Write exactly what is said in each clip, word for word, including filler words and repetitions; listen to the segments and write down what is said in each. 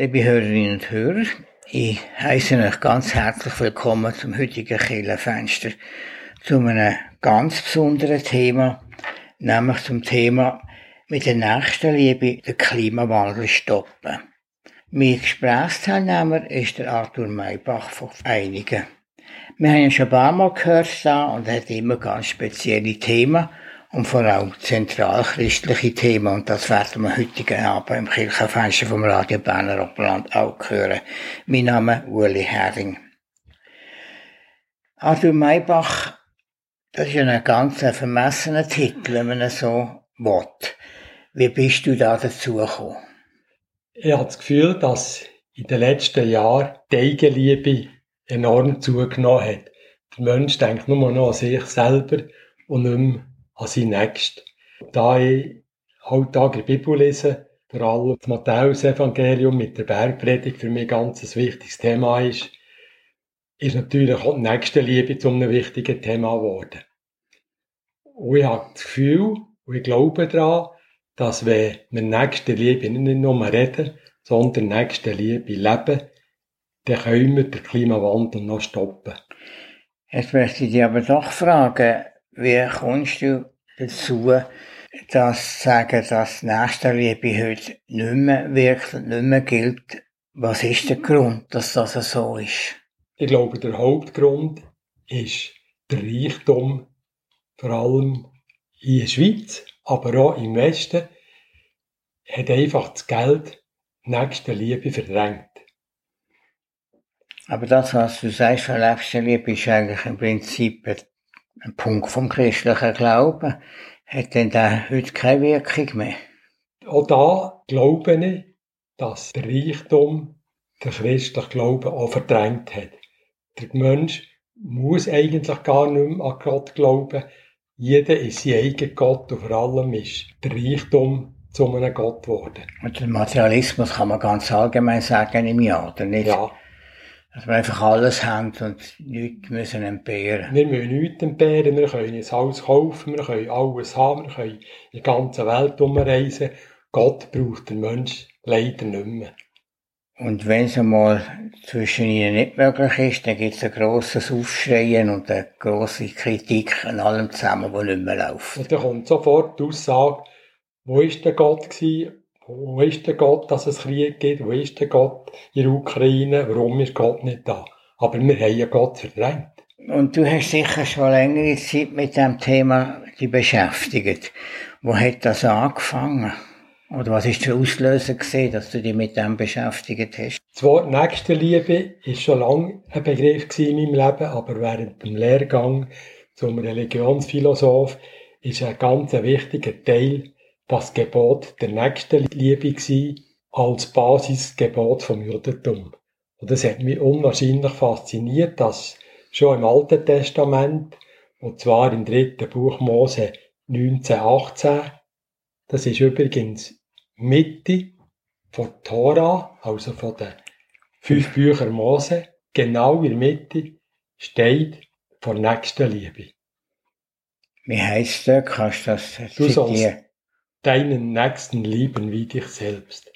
Liebe Hörerinnen und Hörer, ich heiße euch ganz herzlich willkommen zum heutigen Kirchenfenster, zu einem ganz besonderen Thema, nämlich zum Thema mit der Nächstenliebe den Klimawandel stoppen. Mein Gesprächsteilnehmer ist der Arthur Maybach von Einigen. Wir haben ihn schon ein paar Mal gehört da und er hat immer ganz spezielle Themen und vor allem zentralchristliche Themen. Und das werden wir heute Abend im Kirchenfenster vom Radio Berner Oberland auch hören. Mein Name ist Ueli Hering. Arthur Maybach, das ist ja ein ganz vermessener Titel, wenn man es so will. Wie bist du da dazu gekommen? Ich habe das Gefühl, dass in den letzten Jahren die Eigenliebe enorm zugenommen hat. Der Mensch denkt nur noch an sich selber und nicht mehr an seinen Nächsten. Da ich Alltag in der Bibel lese, vor allem das Matthäus-Evangelium mit der Bergpredigt für mich ein ganz wichtiges Thema ist, ist natürlich auch die Nächstenliebe zu einem wichtigen Thema geworden. Und ich habe das Gefühl, und ich glaube daran, dass wenn wir Nächstenliebe nicht nur reden, sondern Nächstenliebe leben, dann können wir den Klimawandel noch stoppen. Jetzt möchte ich dich aber doch fragen, wie kommst du dazu, dass sagen, dass Nächstenliebe heute nicht mehr wirkt und nicht mehr gilt? Was ist der Grund, dass das so ist? Ich glaube, der Hauptgrund ist der Reichtum, vor allem in der Schweiz, aber auch im Westen, hat einfach das Geld Nächstenliebe verdrängt. Aber das, was du sagst von Nächstenliebe, ist eigentlich im Prinzip ein Punkt vom christlichen Glauben. Hat denn da heute keine Wirkung mehr? Auch da glaube ich, dass der Reichtum den christlichen Glauben auch verdrängt hat. Der Mensch muss eigentlich gar nicht mehr an Gott glauben. Jeder ist sein eigener Gott und vor allem ist der Reichtum zu einem Gott geworden. Und der Materialismus kann man ganz allgemein sagen im Jahr, oder nicht? Ja. Dass wir einfach alles haben und nichts müssen entbehren. Wir müssen nichts entbehren, wir können ein Haus kaufen, wir können alles haben, wir können in die ganze Welt umreisen. Gott braucht den Mensch leider nicht mehr. Und wenn es einmal zwischen ihnen nicht möglich ist, dann gibt es ein grosses Aufschreien und eine grosse Kritik an allem zusammen, was nicht mehr läuft. Und dann kommt sofort die Aussage, wo ist der Gott gewesen? Wo ist der Gott, dass es Krieg gibt? Wo ist der Gott in der Ukraine? Warum ist Gott nicht da? Aber wir haben ja Gott verdrängt. Und du hast sicher schon längere Zeit mit diesem Thema dich beschäftigt. Wo hat das angefangen? Oder was ist der Auslöser gewesen, dass du dich mit dem beschäftigt hast? Das Wort Nächstenliebe war schon lange ein Begriff in meinem Leben, aber während dem Lehrgang zum Religionsphilosoph ist ein ganz wichtiger Teil das Gebot der Nächstenliebe war als Basisgebot vom Judentum. Und das hat mich unwahrscheinlich fasziniert, dass schon im Alten Testament, und zwar im dritten Buch Mose neunzehn achtzehn, das ist übrigens Mitte von Tora, also von den fünf Büchern Mose, genau in der Mitte steht von Nächstenliebe. Wie heisst das? Kannst du das Du sollst zitieren? Deinen Nächsten lieben wie dich selbst.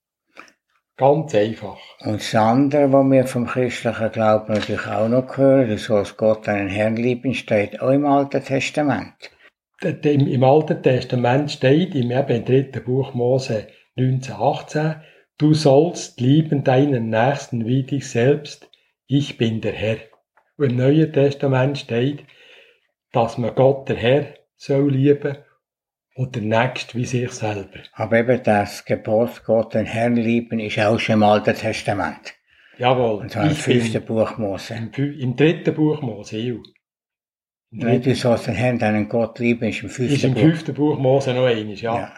Ganz einfach. Und das andere, was wir vom christlichen Glauben natürlich auch noch hören, du sollst Gott deinen Herrn lieben, steht auch im Alten Testament. Im, im Alten Testament steht, im eben dritten Buch Mose neunzehn achtzehn, du sollst lieben deinen Nächsten wie dich selbst, ich bin der Herr. Und im Neuen Testament steht, dass man Gott, der Herr, soll lieben und der Nächste wie sich selber. Aber eben das Gebot, Gott den Herrn lieben, ist auch schon im Alten Testament. Jawohl. Und zwar im fünften Buch Mose. Im, im dritten Buch Mose, ja. Wenn du sollst den Herrn, deinen Gott lieben, ist im fünften ist im Buch. fünften Buch Mose noch eines, ja. ja.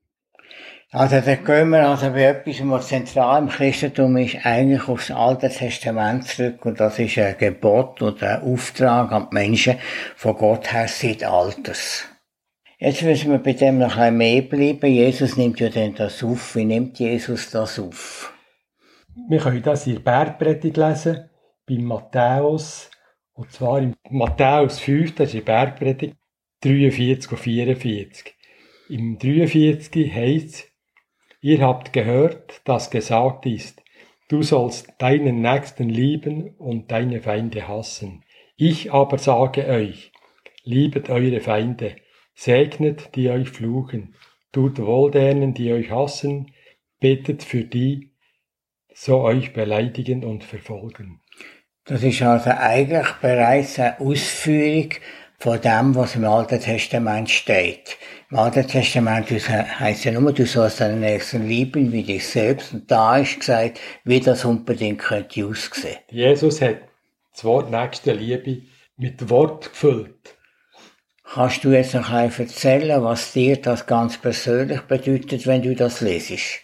Also da gehen wir also bei etwas, was zentral im Christentum ist, eigentlich aufs Alte Testament zurück. Und das ist ein Gebot oder ein Auftrag an die Menschen von Gott her seit Alters. Jetzt müssen wir bei dem noch ein bisschen mehr bleiben. Jesus nimmt ja dann das auf. Wie nimmt Jesus das auf? Wir können das in der Bergpredigt lesen, bei Matthäus, und zwar in Matthäus fünf, das ist die Bergpredigt, dreiundvierzig und vierundvierzig. Im dreiundvierzig heisst es, Ihr habt gehört, dass gesagt ist, du sollst deinen Nächsten lieben und deine Feinde hassen. Ich aber sage euch, liebet eure Feinde, segnet, die euch fluchen, tut wohl denen, die euch hassen, betet für die, so euch beleidigen und verfolgen. Das ist also eigentlich bereits eine Ausführung von dem, was im Alten Testament steht. Im Alten Testament heisst ja nur, du sollst deinen Nächsten lieben wie dich selbst. Und da ist gesagt, wie das unbedingt könnte aussehen. Jesus hat das Wort Nächstenliebe mit Wort gefüllt. Kannst du jetzt noch ein bisschen erzählen, was dir das ganz persönlich bedeutet, wenn du das lesest?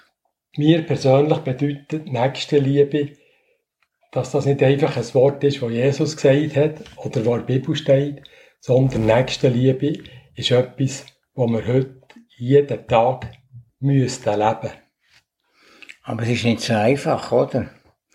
Mir persönlich bedeutet Nächstenliebe, dass das nicht einfach ein Wort ist, das Jesus gesagt hat oder wo in der Bibel steht, sondern Nächstenliebe ist etwas, das wir heute jeden Tag müssten leben. Aber es ist nicht so einfach, oder?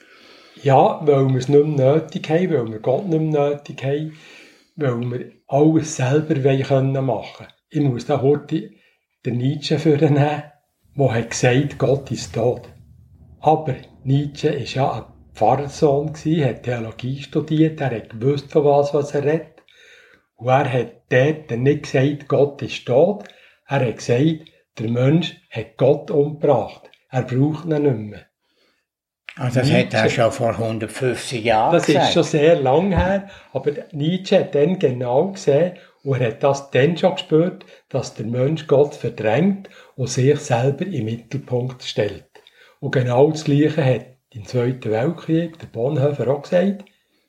Ja, weil wir es nicht mehr nötig haben, weil wir Gott nicht mehr nötig haben, weil wir alles selber machen können. Ich muss da heute den Nietzsche vornehmen, der hat gesagt, Gott ist tot. Aber Nietzsche war ja ein Pfarrersohn, hat Theologie studiert, er hat gewusst, von was, was er redet. Und er hat dort nicht gesagt, Gott ist tot. Er hat gesagt, der Mensch hat Gott umgebracht. Er braucht ihn nicht mehr. Also das Nietzsche, hat er schon vor hundertfünfzig Jahren das gesagt. Das ist schon sehr lang her, aber Nietzsche hat dann genau gesehen und er hat das dann schon gespürt, dass der Mensch Gott verdrängt und sich selber im Mittelpunkt stellt. Und genau das Gleiche hat im Zweiten Weltkrieg der Bonhoeffer auch gesagt,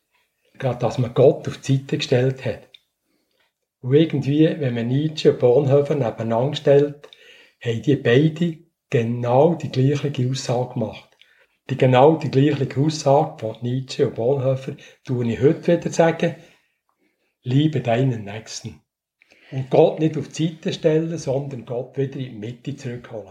dass man Gott auf die Seite gestellt hat. Und irgendwie, wenn man Nietzsche und Bonhoeffer nebeneinander stellt, haben die beide genau die gleiche Aussage gemacht. Die genau die gleiche Aussage von Nietzsche und Bonhoeffer tue ich heute wieder sagen, liebe deinen Nächsten. Und Gott nicht auf die Seite stellen, sondern Gott wieder in die Mitte zurückholen.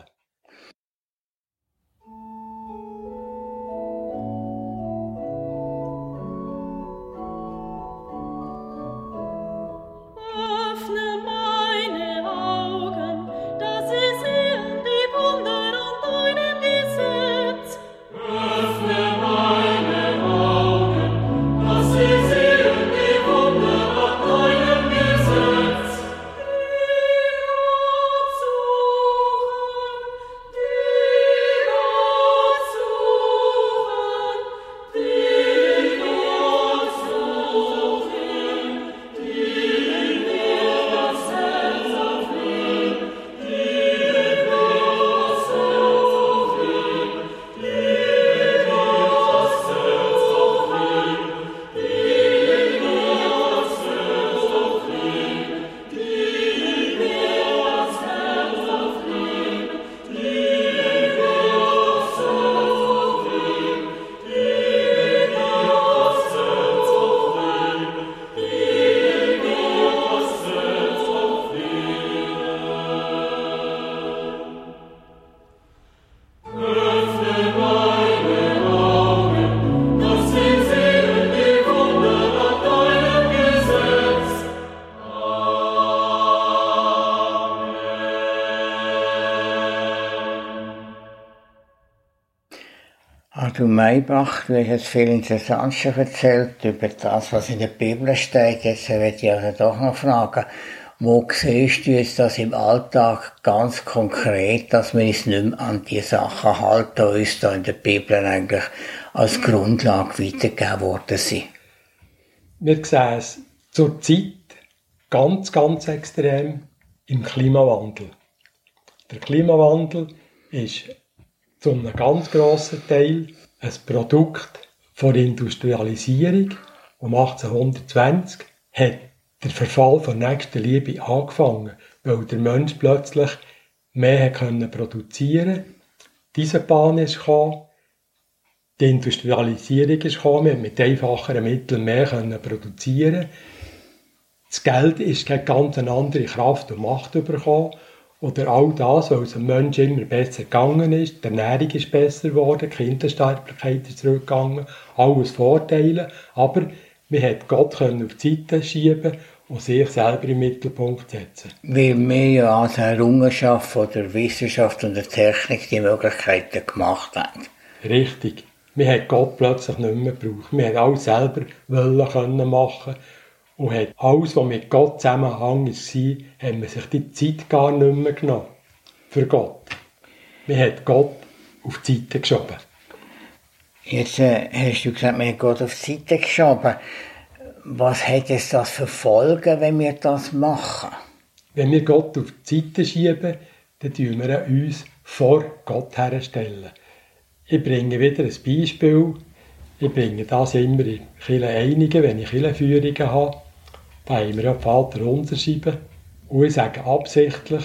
Du Maybach, du hast jetzt viel Interessantes schon erzählt über das, was in der Bibel steht. Jetzt werde ich also doch noch fragen, wo siehst du jetzt das im Alltag ganz konkret, dass wir uns nicht mehr an die Sachen halten, die uns da in der Bibel eigentlich als Grundlage weitergegeben worden sind? Wir sehen es zurzeit ganz, ganz extrem im Klimawandel. Der Klimawandel ist zu einem ganz grossen Teil ein Produkt von der Industrialisierung. Um achtzehnhundertzwanzig hat der Verfall von Nächstenliebe angefangen, weil der Mensch plötzlich mehr können produzieren konnte. Diese Bahn ist gekommen, die Industrialisierung ist gekommen, mit einfacheren Mitteln mehr können produzieren. Das Geld ist keine ganz andere Kraft und Macht bekommen. Oder all das, weil es dem Menschen immer besser gegangen ist, die Ernährung ist besser geworden, die Kindersterblichkeit ist zurückgegangen, alles Vorteile, aber man hat Gott auf die Seite schieben und sich selber im Mittelpunkt setzen. Weil wir ja als Errungenschaft von der Wissenschaft und der Technik die Möglichkeiten gemacht haben. Richtig. Wir haben Gott plötzlich nicht mehr gebraucht. Wir haben alles selber wollen können machen und hat alles, was mit Gott zusammenhang war, haben wir sich die Zeit gar nicht mehr genommen. Für Gott. Wir haben Gott auf die Seite geschoben. Jetzt äh, hast du gesagt, wir haben Gott auf die Seite geschoben. Was hat es das für Folgen, wenn wir das machen? Wenn wir Gott auf die Seite schieben, dann tun wir uns vor Gott herstellen. Ich bringe wieder ein Beispiel. Ich bringe das immer in Kirche einige, wenn ich Kirchenführungen habe. Da haben wir ja Vater unser schreiben. Und ich sage absichtlich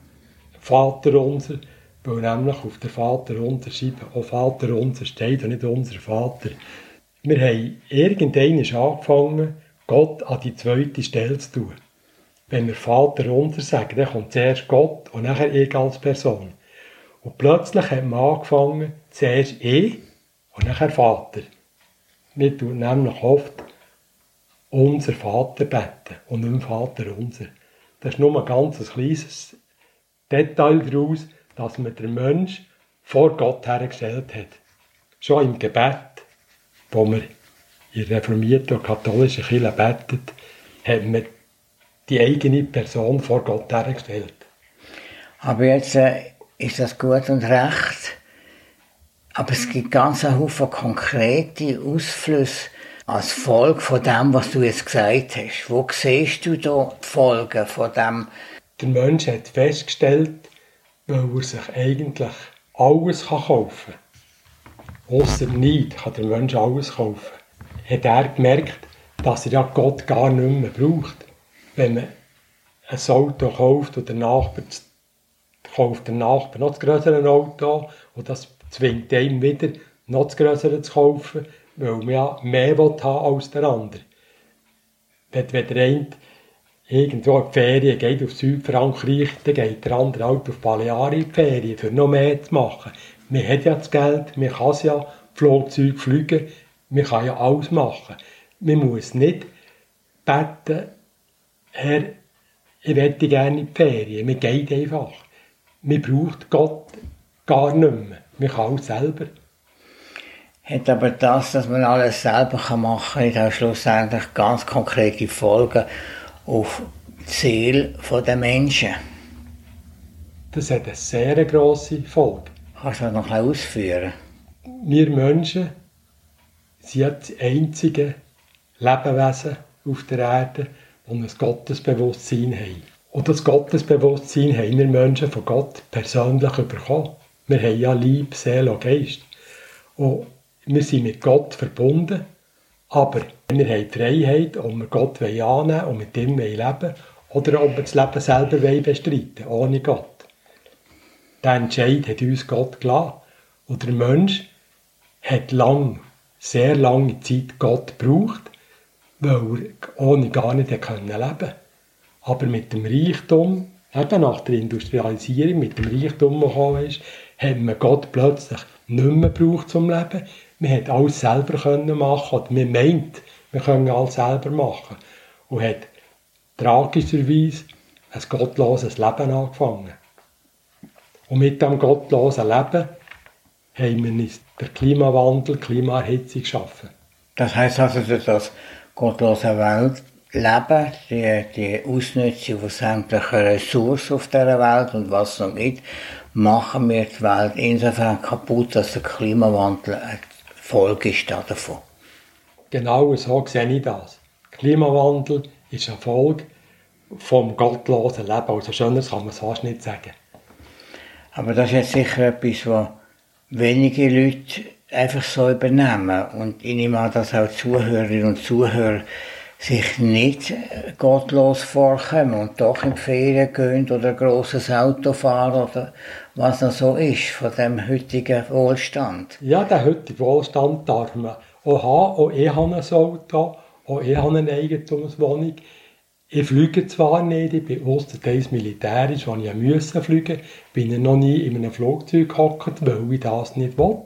Vater unser, weil nämlich auf der Vater unser schreiben auch Vater unser steht und nicht unser Vater. Wir haben irgendwann angefangen, Gott an die zweite Stelle zu tun. Wenn wir Vater unser sagen, dann kommt zuerst Gott und nachher ich als Person. Und plötzlich hat man angefangen, zuerst ich und nachher Vater. Wir tun nämlich oft unser Vater beten und nicht Vater unser. Das ist nur ein ganz kleines Detail daraus, dass man den Mensch vor Gott hergestellt hat. Schon im Gebet, wo man in der reformierten und katholischen Kirche betet, hat man die eigene Person vor Gott hergestellt. Aber jetzt äh, ist das gut und recht. Aber es gibt ganz einen Haufen konkrete Ausflüsse als Folge von dem, was du jetzt gesagt hast. Wo siehst du da die Folgen von dem? Der Mensch hat festgestellt, weil er sich eigentlich alles kaufen kann. Ausser Neid kann der Mensch alles kaufen. Hat er gemerkt, dass er ja Gott gar nicht mehr braucht. Wenn man ein Auto kauft und der Nachbar kauft der Nachbar noch das größere Auto und das zwingt einem wieder, noch das größere zu kaufen, weil man ja mehr haben als der andere. Wenn, wenn der eine irgendwo in die Ferien geht auf Südfrankreich, dann geht der andere halt auf Balearen in die Ferien, für noch mehr zu machen. Man hat ja das Geld, man kann ja Flugzeug fliegen, man kann ja alles machen. Man muss nicht beten, Herr, ich möchte gerne in die Ferien. Man geht einfach. Man braucht Gott gar nicht mehr. Man kann alles selber. Hat aber das, dass man alles selber machen kann, nicht auch schlussendlich ganz konkrete Folgen auf die Seele der Menschen? Das hat eine sehr grosse Folge. Kannst du das noch ein bisschen ausführen? Wir Menschen sind das einzige Lebewesen auf der Erde, die ein Gottesbewusstsein haben. Und das Gottesbewusstsein haben wir Menschen von Gott persönlich bekommen. Wir haben ja Liebe, Seele und Geist. Und wir sind mit Gott verbunden, aber wir haben die Freiheit, ob wir Gott annehmen und mit ihm leben wollen, oder ob wir das Leben selber bestreiten wollen, ohne Gott. Der Entscheid hat uns Gott gelassen. Und der Mensch hat lang, sehr lange Zeit Gott gebraucht, weil er ohne gar nicht leben konnte. Aber mit dem Reichtum, eben nach der Industrialisierung, mit dem Reichtum, der gekommen ist, hat man Gott plötzlich nicht mehr gebraucht zum Leben. Man hat alles selber machen oder man meint, wir können alles selber machen. Und hat tragischerweise ein gottloses Leben angefangen. Und mit diesem gottlosen Leben haben wir uns den Klimawandel, die Klimaerhitzung geschaffen. Das heisst also, dass das gottlose Weltleben, die, die Ausnutzung von sämtlichen Ressourcen auf dieser Welt und was es noch gibt, machen wir die Welt insofern kaputt, dass der Klimawandel eine Folge ist davon. Genau so sehe ich das. Der Klimawandel ist eine Folge vom gottlosen Leben. Also schöner kann man es fast nicht sagen. Aber das ist jetzt sicher etwas, was wenige Leute einfach so übernehmen. Und ich nehme an, dass auch Zuhörerinnen und Zuhörer sich nicht gottlos vorkommen und doch in die Ferien gehen oder ein grosses Auto fahren oder was noch so ist von dem heutigen Wohlstand. Ja, der heutige Wohlstand darf man auch haben. Auch ich habe ein Auto, auch ich habe eine Eigentumswohnung. Ich fliege zwar nicht, ich bin ausserteils militärisch, als ich musste fliegen, bin ich noch nie in einem Flugzeug gehockt, weil ich das nicht will.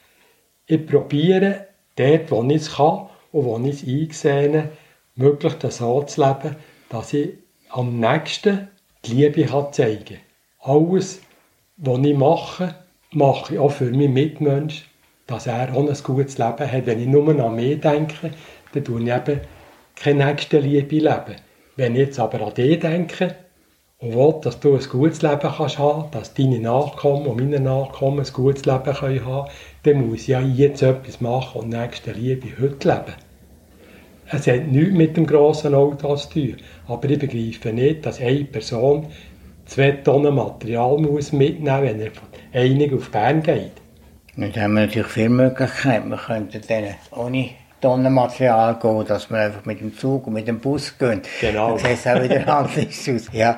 Ich probiere, dort, wo ich es kann und wo ich es eingesehen möglichst so zu leben, dass ich am nächsten die Liebe zeigen kann. Alles, was ich mache, mache ich auch für meinen Mitmenschen, dass er auch ein gutes Leben hat. Wenn ich nur an mich denke, dann tue ich eben keine Nächstenliebe leben. Wenn ich jetzt aber an dich denke und will, dass du ein gutes Leben kannst haben, dass deine Nachkommen und meine Nachkommen ein gutes Leben können haben, dann muss ich ja jetzt etwas machen und Nächstenliebe heute leben. Es hat nichts mit dem grossen Auto zu tun, aber ich begreife nicht, dass eine Person zwei Tonnen Material muss mitnehmen muss, wenn er von Einig auf Bern geht. Und da haben wir natürlich viele Möglichkeiten. Wir könnten dann ohne Tonnenmaterial gehen, dass wir einfach mit dem Zug und mit dem Bus gehen. Genau. Dann sieht es auch wieder anders aus. Ja.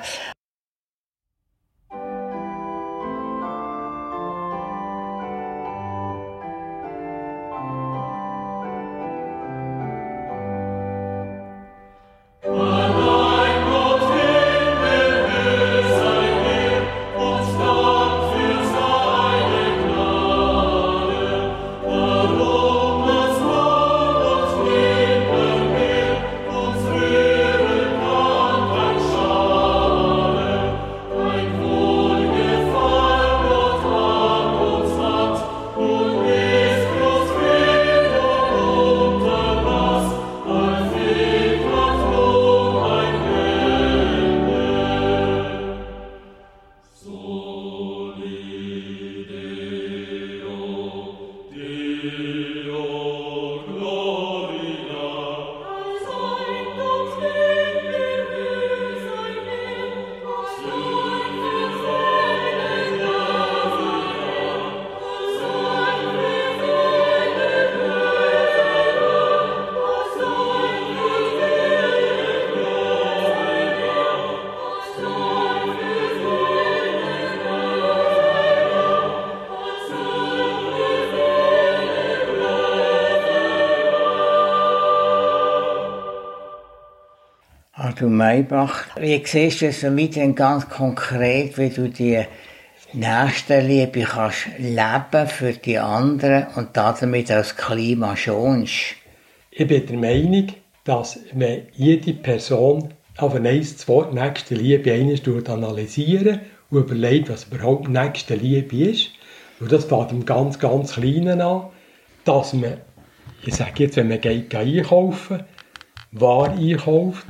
Du Maybach, wie siehst du es so mit ganz konkret, wie du die Nächstenliebe kannst leben für die anderen und damit auch das Klima schonst? Ich bin der Meinung, dass wenn jede Person auf ein das Wort Nächstenliebe einmal analysieren und überlegt, was überhaupt Nächstenliebe ist, und das fängt im ganz, ganz Kleinen an, dass man, ich sage jetzt, wenn man geht einkaufen, Ware einkauft,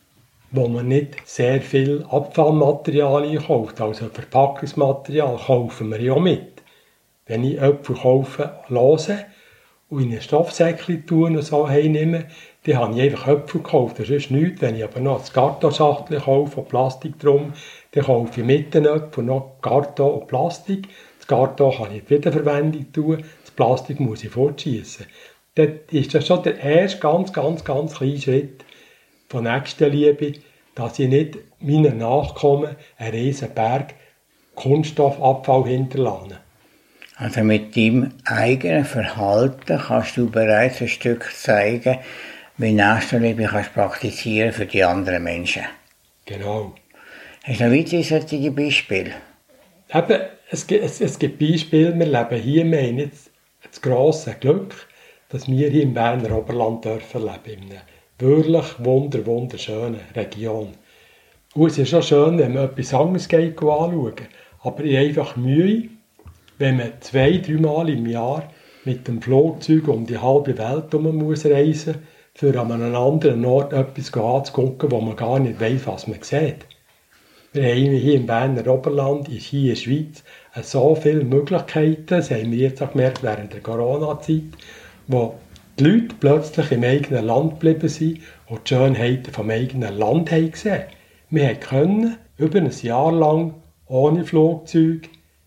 wo man nicht sehr viel Abfallmaterial einkauft, also Verpackungsmaterial, kaufen wir ja mit. Wenn ich Äpfel kaufe, höre und in ein Stoffsäckchen tue und so heimnehme, dann habe ich einfach Äpfel gekauft, das ist nichts. Wenn ich aber noch ein Kartonschachtel kaufe und Plastik drum, dann kaufe ich mit den Äpfeln noch Karton und Plastik. Das Karton kann ich in die Wiederverwendung tun, das Plastik muss ich fortschießen. Dann ist das schon der erste ganz, ganz, ganz kleine Schritt von Nächstenliebe, dass ich nicht meinen Nachkommen einen riesen Berg Kunststoffabfall hinterlasse. Also mit deinem eigenen Verhalten kannst du bereits ein Stück zeigen, wie Nächstenliebe kannst praktizieren für die anderen Menschen. Genau. Hast du noch weitere solche Beispiele? Eben, es, es, es gibt Beispiele, wir leben hier, wir haben jetzt das grosse Glück, dass wir hier im Berner Oberland dürfen leben, wirklich wunder, wunderschöne Region. Und es ist schon schön, wenn man etwas anderes geht anschauen. Aber ich habe einfach Mühe, wenn man zwei, dreimal im Jahr mit dem Flugzeug um die halbe Welt herum muss reisen, für an einem anderen Ort etwas anzugucken, wo man gar nicht weiss, was man sieht. Wir haben hier im Berner Oberland, ist hier in der Schweiz, so viele Möglichkeiten, das haben wir jetzt auch gemerkt während der Corona-Zeit, wo die Leute plötzlich im eigenen Land geblieben sind und die Schönheiten vom eigenen Land haben gesehen. Wir konnten über ein Jahr lang ohne Flugzeug,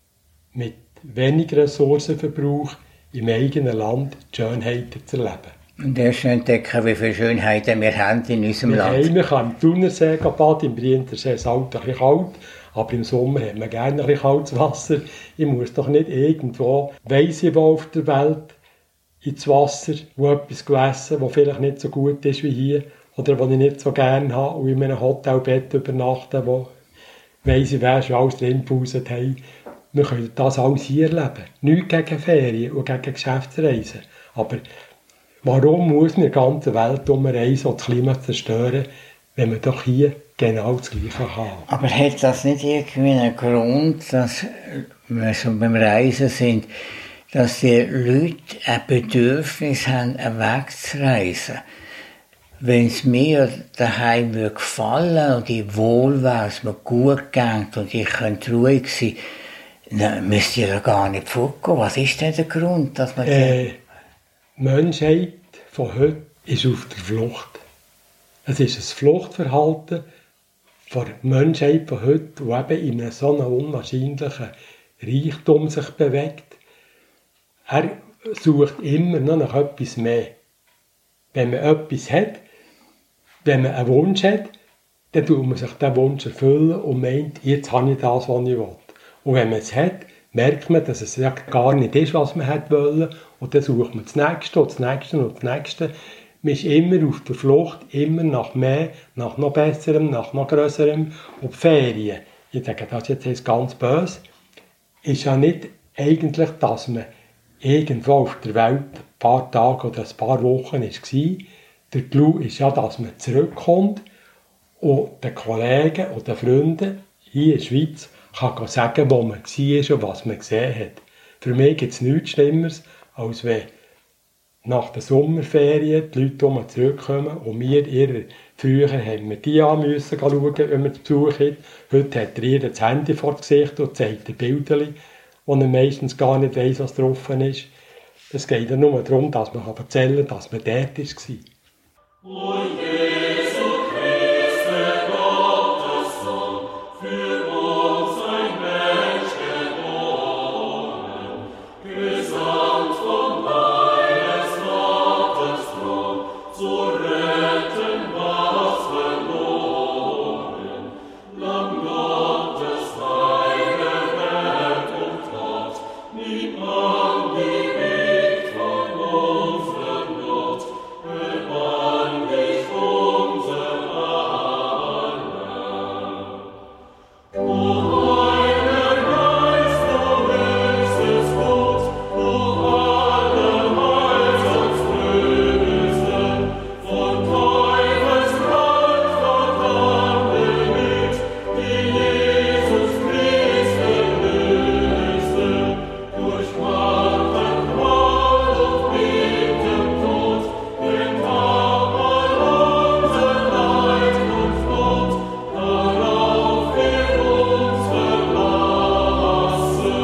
mit wenig Ressourcenverbrauch im eigenen Land die Schönheiten zu erleben. Und erst entdecken, wie viele Schönheiten wir haben in unserem wir Land. Haben, wir können im Thunersee baden, im Brienzersee ist es halt ein bisschen kalt, aber im Sommer haben wir gerne ein bisschen kaltes Wasser. Ich muss doch nicht irgendwo, weiss ich wo auf der Welt, ins Wasser, wo etwas gegessen, das vielleicht nicht so gut ist wie hier, oder was ich nicht so gerne habe, und in einem Hotelbett übernachten, wo weiss ich, wer schon alles drin gepauset hat. Wir können das alles hier erleben. Nichts gegen Ferien und gegen Geschäftsreisen. Aber warum muss man die ganze Welt umreisen und das Klima zerstören? wenn wir doch hier genau das Gleiche haben. Aber hat das nicht irgendwie einen Grund, dass wir so beim Reisen sind, dass die Leute ein Bedürfnis haben, wegzureisen? Wenn es mir daheim gefallen und ich wohl wäre, es mir gut geht und ich könnte ruhig sein, dann müsst ihr ja gar nicht fortgehen. Was ist denn der Grund, dass man... Äh, die Menschheit von heute ist auf der Flucht. Es ist ein Fluchtverhalten von der Menschheit von heute, die eben in einem so einem unwahrscheinlichen Reichtum sich bewegt. Er sucht immer noch nach etwas mehr. Wenn man etwas hat, wenn man einen Wunsch hat, dann tut man sich diesen Wunsch erfüllen und meint, jetzt habe ich das, was ich will. Und wenn man es hat, merkt man, dass es ja gar nicht ist, was man hätte wollen. Und dann sucht man das Nächste und das Nächste und das Nächste. Man ist immer auf der Flucht, immer nach mehr, nach noch Besserem, nach noch Grösserem. Und die Ferien, ich sage das jetzt ganz böse, ist ja nicht eigentlich, dass man irgendwo auf der Welt ein paar Tage oder ein paar Wochen war. Der Clou ist ja, dass man zurückkommt und den Kollegen und den Freunden hier in der Schweiz kann sagen, wo man war und was man gesehen hat. Für mich gibt es nichts Schlimmeres, als wenn nach der Sommerferien die Leute um zurückkommen und wir ihre, früher haben wir die an müssen schauen, wenn wir zu Besuch haben. Heute hat er ihr das Handy vor das Gesicht und zeigt die Bilder, wo er meistens gar nicht weiss, was drauf ist. Es geht ja nur darum, dass man erzählen kann, dass man dort war. O Jesu Christe, Gottes Sohn, für uns ein Mensch geboren, gesandt von deines Vaters Thron, zu retten, was verloren. Lamm Gottes, deine Welt und Tat, nimm an die Weg von unserem Gott, erbarm dich unser aller. O Heiliger Geist, du höchstes Gott, du alle Heils und Fröhlichste, von Teufels Macht verdammt belegt, die Jesus Christus löste, durch Macht und Qual und mit dem Tod, bringt aber unser Leid und Not, darauf wir uns verlassen.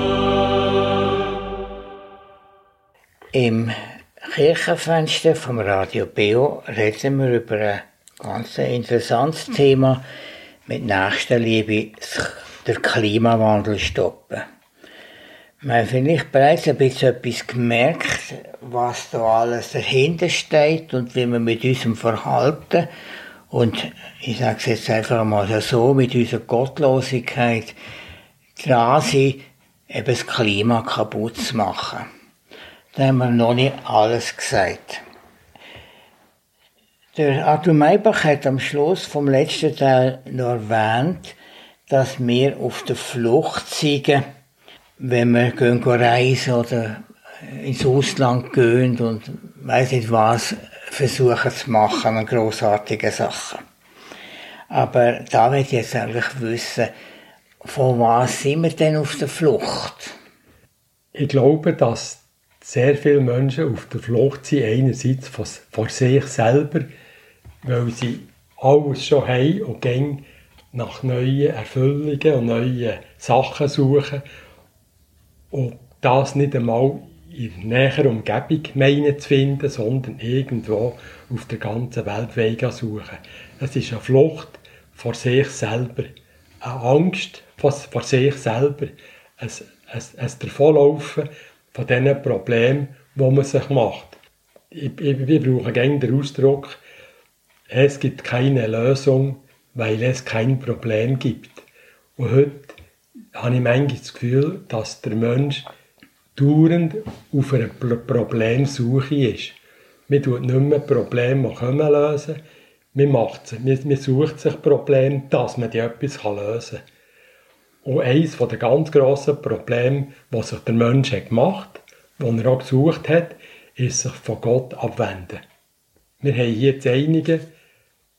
Im Kirchenfenster vom Radio Beo reden wir über ein ganz interessantes Thema mit Nächstenliebe, den Klimawandel stoppen. Wir haben vielleicht bereits ein bisschen etwas gemerkt, was da alles dahinter steht und wie wir mit unserem Verhalten und, ich sage es jetzt einfach mal so, mit unserer Gottlosigkeit dran sind, eben das Klima kaputt zu machen. Da haben wir noch nicht alles gesagt. Der Arthur Maybach hat am Schluss vom letzten Teil noch erwähnt, dass wir auf der Flucht sind, wenn wir gehen reisen oder ins Ausland gehen und weiss nicht was versuchen zu machen an grossartigen Sachen. Aber da will ich jetzt eigentlich wissen, von was sind wir denn auf der Flucht? Ich glaube, dass sehr viele Menschen auf der Flucht sind, einerseits von, von sich selber, weil sie alles schon haben und gehen nach neuen Erfüllungen und neuen Sachen suchen und das nicht einmal in näherer Umgebung meinen zu finden, sondern irgendwo auf der ganzen Welt suchen. Es ist eine Flucht vor sich selber, eine Angst vor, vor sich selber, ein, ein, ein Davonlaufen von diesen Problemen, die man sich macht. Ich, ich, wir brauchen gerne den Ausdruck, es gibt keine Lösung, weil es kein Problem gibt. Und heute habe ich manchmal das Gefühl, dass der Mensch dauernd auf einer Problemsuche ist. Man tut nicht mehr Probleme, die kommen, lösen. Man, macht, man, man sucht sich Probleme, dass man die etwas lösen kann. Und eines der ganz grossen Probleme, das sich der Mensch hat gemacht hat, das er auch gesucht hat, ist sich von Gott abwenden. Wir haben hier jetzt einige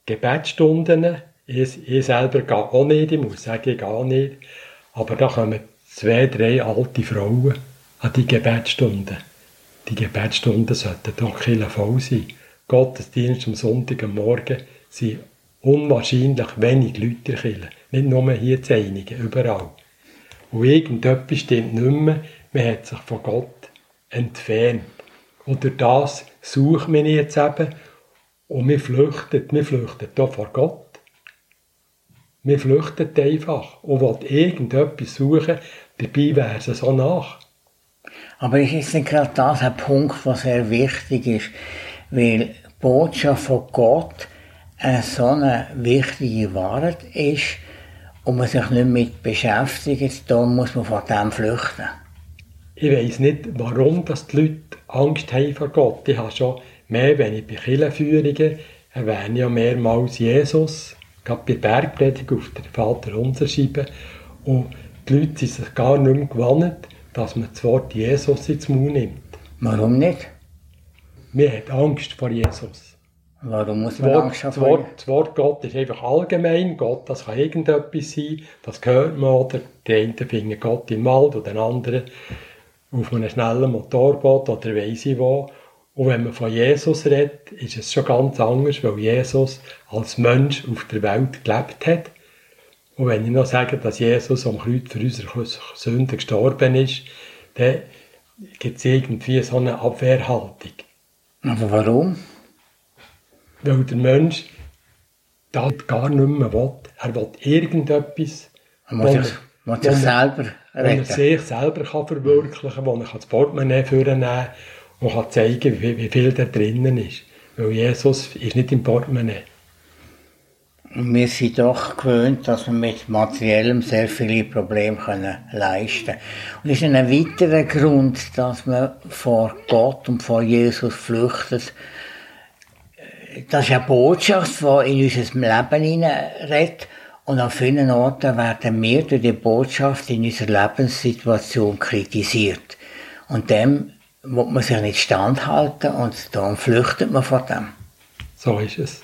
Gebetsstunden. Ich, ich selber gehe auch nicht, ich muss sagen, ich gehe nicht. Aber da kommen zwei, drei alte Frauen an die Gebetsstunden. Die Gebetsstunden sollten doch Kirche voll sein. Gottesdienst am Sonntag am Morgen sind unwahrscheinlich wenig Leute in der Kirche. Nicht nur hier zu einigen, überall. Und irgendetwas stimmt nicht mehr, man hat sich von Gott entfernt. Und durch das sucht man jetzt eben und man flüchtet, man flüchtet hier vor Gott. Man flüchtet einfach und will irgendetwas suchen, dabei wäre es so nach. Aber ist jetzt nicht gerade das ein Punkt, der sehr wichtig ist, weil die Botschaft von Gott eine so eine wichtige Wahrheit ist und man sich nicht mit beschäftigt, da muss man von dem flüchten. Ich weiss nicht, warum dass die Leute Angst haben vor Gott. Ich habe schon mehr, wenn ich bei Kirchenführungen erwähne ja mehrmals Jesus, gerade bei Bergpredigt auf der Vaterunser schreiben. Und die Leute sind sich gar nicht mehr gewohnt, dass man das Wort Jesus ins Mund nimmt. Warum nicht? Man hat Angst vor Jesus. Warum muss Das man Wort, Angst haben? das, Wort, das Wort Gott ist einfach allgemein. Gott, das kann irgendetwas sein, das hört man. Oder die einen finden Gott im Wald oder den anderen auf einem schnellen Motorboot oder weiss ich wo. Und wenn man von Jesus redet, ist es schon ganz anders, weil Jesus als Mensch auf der Welt gelebt hat. Und wenn ich noch sage, dass Jesus am Kreuz für unsere Sünden gestorben ist, dann gibt es irgendwie so eine Abwehrhaltung. Aber warum? Weil der Mensch das gar nicht mehr will. Er will irgendetwas, Man muss wo sich, er- muss sich wo er- selber wo er retten. sich selber kann verwirklichen kann, wo er das Portemonnaie vornehmen kann und kann zeigen, wie, wie viel da drinnen ist. Weil Jesus ist nicht im Portemonnaie. Und wir sind doch gewöhnt, dass wir mit Materiellem sehr viele Probleme können leisten können. Und das ist ein weiterer Grund, dass man vor Gott und vor Jesus flüchtet. Das ist eine Botschaft, die in unser Leben hineinredet. Und an vielen Orten werden wir durch die Botschaft in unserer Lebenssituation kritisiert. Und dem will man sich nicht standhalten und darum flüchtet man vor dem. So ist es.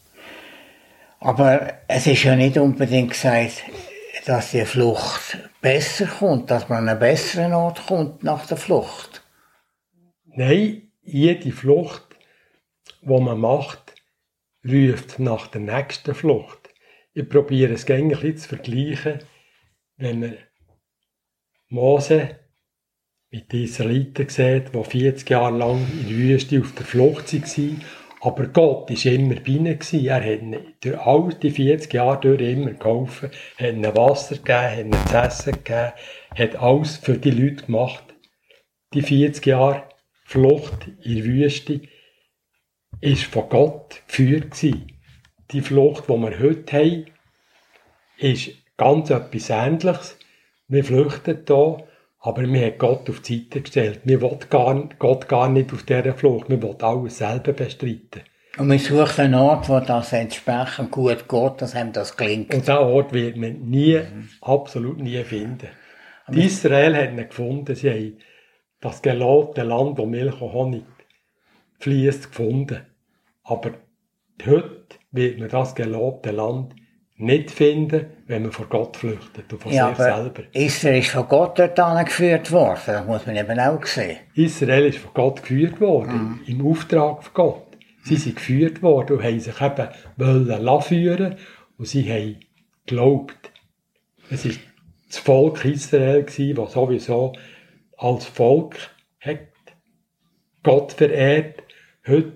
Aber es ist ja nicht unbedingt gesagt, dass die Flucht besser kommt, dass man an einen besseren Ort kommt nach der Flucht. Nein, jede Flucht, die man macht, ruft nach der nächsten Flucht. Ich probiere es gerne ein bisschen zu vergleichen, wenn man Mose mit den Israeliten sieht, die vierzig Jahre lang in der Wüste auf der Flucht waren. Aber Gott war immer bei ihnen. Er hat ihnen durch all die vierzig Jahre durch immer geholfen, hat ihnen Wasser gegeben, hat ihnen zu essen gegeben, hat alles für die Leute gemacht. Die vierzig Jahre Flucht in der Wüste war von Gott geführt. Die Flucht, die wir heute haben, ist ganz etwas Ähnliches. Wir flüchten hier, aber wir haben Gott auf die Seite gestellt. Wir wollen gar, Gott gar nicht auf dieser Flucht. Wir wollen alles selber bestreiten. Und man sucht einen Ort, wo das entsprechend gut geht, dass einem das gelingt. Und diesen Ort wird man nie, mhm. absolut nie finden. Die Israel hat ihn gefunden. Sie haben das gelobte Land, wo Milch und Honig fließt, gefunden. Aber heute wird man das gelobte Land nicht finden, wenn man vor Gott flüchtet und von Ja, sich aber selber. Israel ist von Gott dort angeführt worden, das muss man eben auch sehen. Israel ist von Gott geführt worden, mhm. im Auftrag von Gott. Sie sind geführt worden und haben sich eben wollen führen und sie haben geglaubt. Es war das Volk Israel, das sowieso als Volk hat Gott verehrt. Heute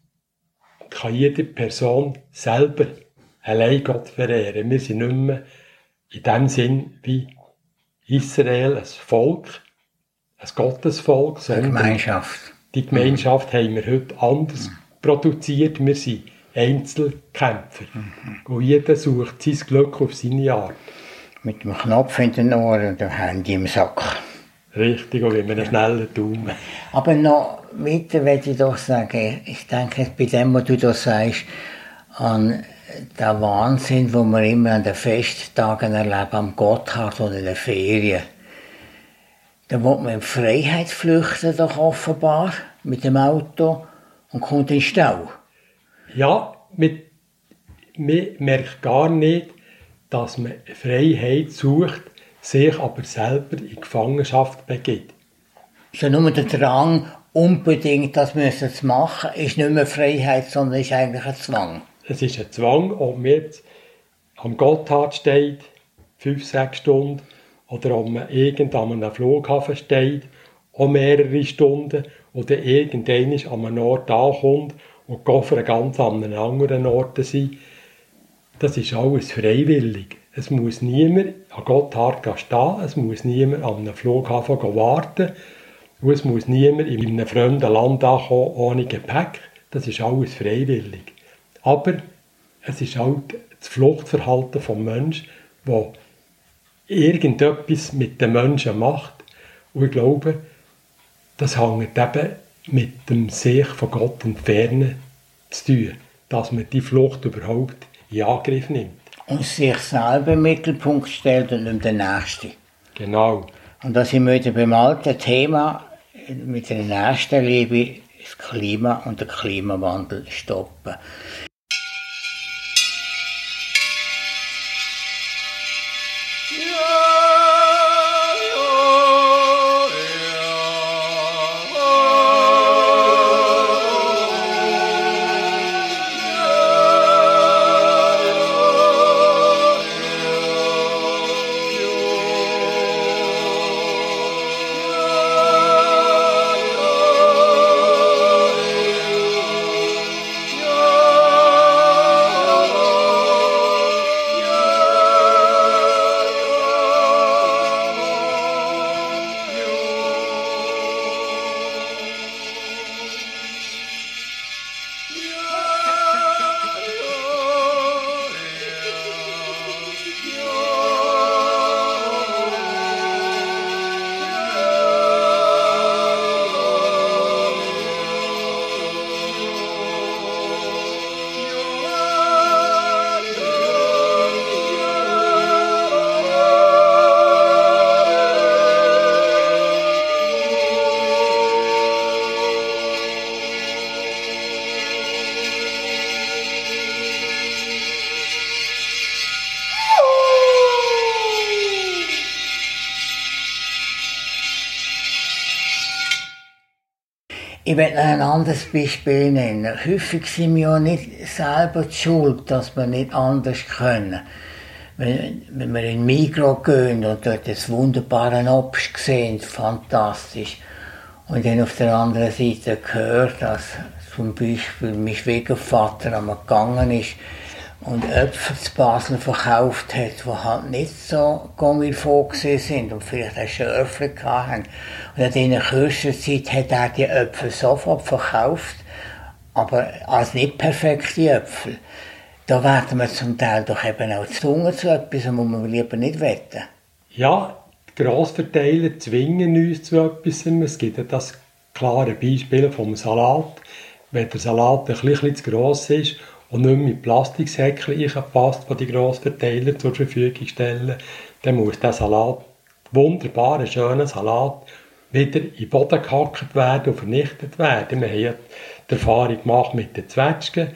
kann jede Person selber allein Gott verehren. Wir sind nicht mehr in dem Sinn wie Israel, ein Volk, ein Gottesvolk, sondern Gemeinschaft. Die Gemeinschaft mhm. haben wir heute anders mhm. produziert. Wir sind Einzelkämpfer. Mhm. Und jeder sucht sein Glück auf seine Art. Mit dem Knopf in den Ohren und dem Handy im Sack. Richtig, und mit einem ja. schnellen Daumen. Aber noch weiter möchte ich doch sagen, ich denke bei dem, was du da sagst, an den Wahnsinn, den wir immer an den Festtagen erleben, am Gotthard oder in den Ferien. Da will man in Freiheit flüchten, doch offenbar, mit dem Auto und kommt in den Stau. Ja, mit, man merkt gar nicht, dass man Freiheit sucht, sich aber selber in Gefangenschaft begibt. So nur der Drang, unbedingt das müssen zu machen, ist nicht mehr Freiheit, sondern ist eigentlich ein Zwang. Es ist ein Zwang, ob man jetzt am Gotthard steht, fünf, sechs Stunden, oder ob man irgend an einem Flughafen steht, auch mehrere Stunden, oder irgendwann an einem Ort ankommt und die Koffer ganz an einem anderen Ort sein. Das ist alles freiwillig. Es muss niemand an Gotthard stehen, es muss niemand an einem Flughafen warten, und es muss niemand in einem fremden Land ankommen ohne Gepäck. Das ist alles freiwillig. Aber es ist halt das Fluchtverhalten des Menschen, das irgendetwas mit den Menschen macht. Und ich glaube, das hängt eben mit dem sich von Gott entfernen zu tun, dass man die Flucht überhaupt in Angriff nimmt. Und sich selber im Mittelpunkt stellt und nicht den Nächsten. Genau. Und da sind wir wieder beim alten Thema mit der Nächstenliebe, das Klima und den Klimawandel stoppen. Ich werde noch ein anderes Beispiel nennen. Häufig sind wir ja nicht selber die Schuld, dass wir nicht anders können. Wenn, wenn wir in Migros gehen und dort das wunderbare Obst sehen, fantastisch. Und dann auf der anderen Seite gehört, dass zum Beispiel mein Schwiegervater einmal gegangen ist und Äpfel zu Basel verkauft hat, die halt nicht so comme sind und vielleicht auch Schörfchen hatten. Und in kurzer Zeit hat er die Äpfel sofort verkauft, aber als nicht perfekte Äpfel. Da werden wir zum Teil doch eben auch gezwungen zu etwas, wo wir lieber nicht wetten. Ja, die Grossverteiler zwingen uns zu etwas. Es gibt ja das klare Beispiel vom Salat. Wenn der Salat ein bisschen zu gross ist und nicht mehr mit Plastiksäckchen passt, die die Grossverteiler zur Verfügung stellen, dann muss der Salat, wunderbare, schöne Salat, wieder in den Boden gehackt werden und vernichtet werden. Wir haben ja die Erfahrung gemacht mit den Zwetschgen,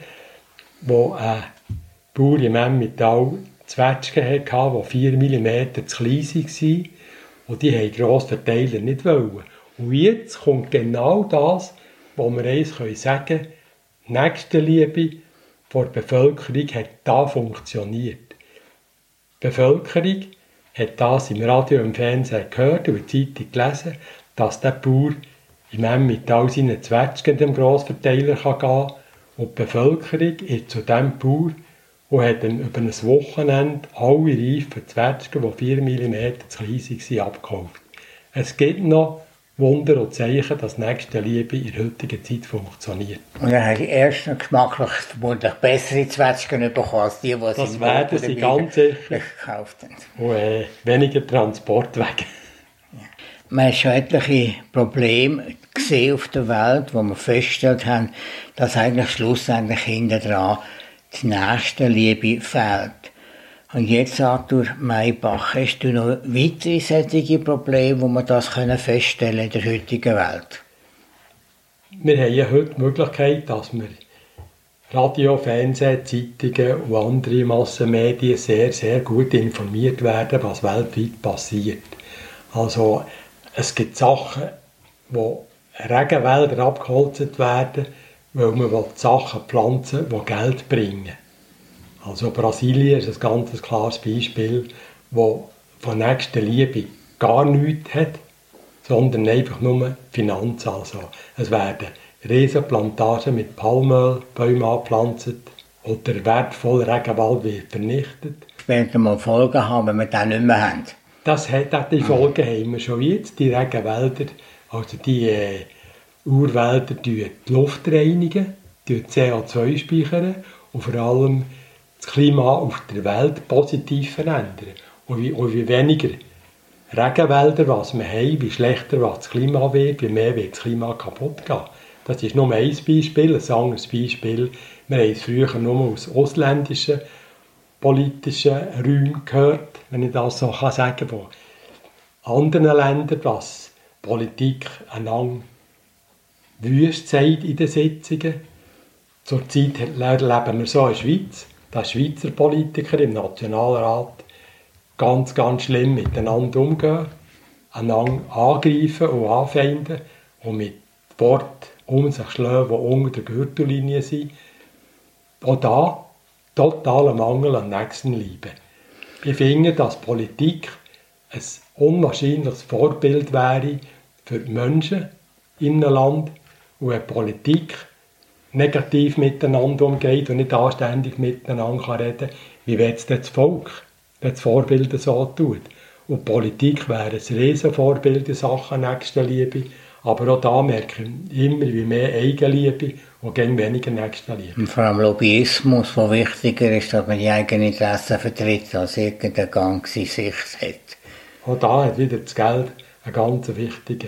wo ein Bauer im Emmental Zwetschgen hatte, die vier Millimeter zu klein waren. Und die wollten Grossverteiler nicht wollen. Und jetzt kommt genau das, wo wir eins sagen können, Nächstenliebe vor der Bevölkerung hat da funktioniert. Die Bevölkerung hat das im Radio und im Fernsehen gehört und in der Zeitung gelesen, dass der Bauer im Emmental seine Zwetschgen dem Grossverteiler gehen kann. Und die Bevölkerung ist zu diesem Bauer und hat dann über ein Wochenende alle reifen Zwetschgen, die vier Millimeter zu klein waren, abgekauft. Es gibt noch Wunder und Zeichen, dass Nächstenliebe in der heutigen Zeit funktioniert. Und dann haben die ersten geschmacklich vermutlich bessere Zwetschgen bekommen als die, die sie das werden sie ganz sicher gekauft haben. Und äh, weniger Transportwege. Wir haben schon etliche Probleme gesehen auf der Welt, wo wir festgestellt haben, dass eigentlich schlussendlich hinten dran die Nächstenliebe fehlt. Und jetzt, Arthur Maybach, hast du noch weitere solche Probleme, wo wir das feststellen können in der heutigen Welt? Wir haben ja heute die Möglichkeit, dass wir Radio, Fernsehen, Zeitungen und andere Massenmedien sehr, sehr gut informiert werden, was weltweit passiert. Also es gibt Sachen, wo Regenwälder abgeholzt werden, weil man Sachen pflanzen will, die Geld bringen. Also Brasilien ist ein ganz klares Beispiel, wo von nächster Liebe gar nichts hat, sondern einfach nur Finanzen. Also es werden riesige Plantagen mit Palmölbäumen angepflanzt und der wertvolle Regenwald wird vernichtet. Später mal Folgen haben, wenn wir den nicht mehr haben. Das hat auch die Folgen haben wir schon jetzt. Die Regenwälder, also die äh, Urwälder, die die Luft reinigen, die C O zwei speichern und vor allem das Klima auf der Welt positiv verändern. Und wie, und wie weniger Regenwälder was wir haben, wie schlechter was das Klima wird, wie mehr wird das Klima kaputt gehen. Das ist nur ein Beispiel. Ein anderes Beispiel, wir haben es früher nur aus ausländischen politischen Räumen gehört, wenn ich das so sagen kann, von anderen Ländern, dass Politik einander wüst sagt in den Sitzungen. Zurzeit leben wir so in der Schweiz, dass Schweizer Politiker im Nationalrat ganz, ganz schlimm miteinander umgehen, einander angreifen und anfeinden und mit Worten um sich schlagen, die unter der Gürtellinie sind. Auch da totaler Mangel an Nächstenliebe. Ich finde, dass Politik ein unwahrscheinliches Vorbild wäre für die Menschen in einem Land, und wenn Politik negativ miteinander umgeht und nicht anständig miteinander reden kann, wie wird es das Volk, wenn das Vorbild so tut? Und Politik wäre ein riesen Vorbild in Sachen Nächstenliebe. Aber auch da merke ich immer wie mehr Eigenliebe und gegen weniger Nächstenliebe. Und vor allem Lobbyismus, der wichtiger ist, dass man die eigenen Interessen vertritt, als irgendein Gang Sicht hat. Auch da hat wieder das Geld einen ganz wichtigen.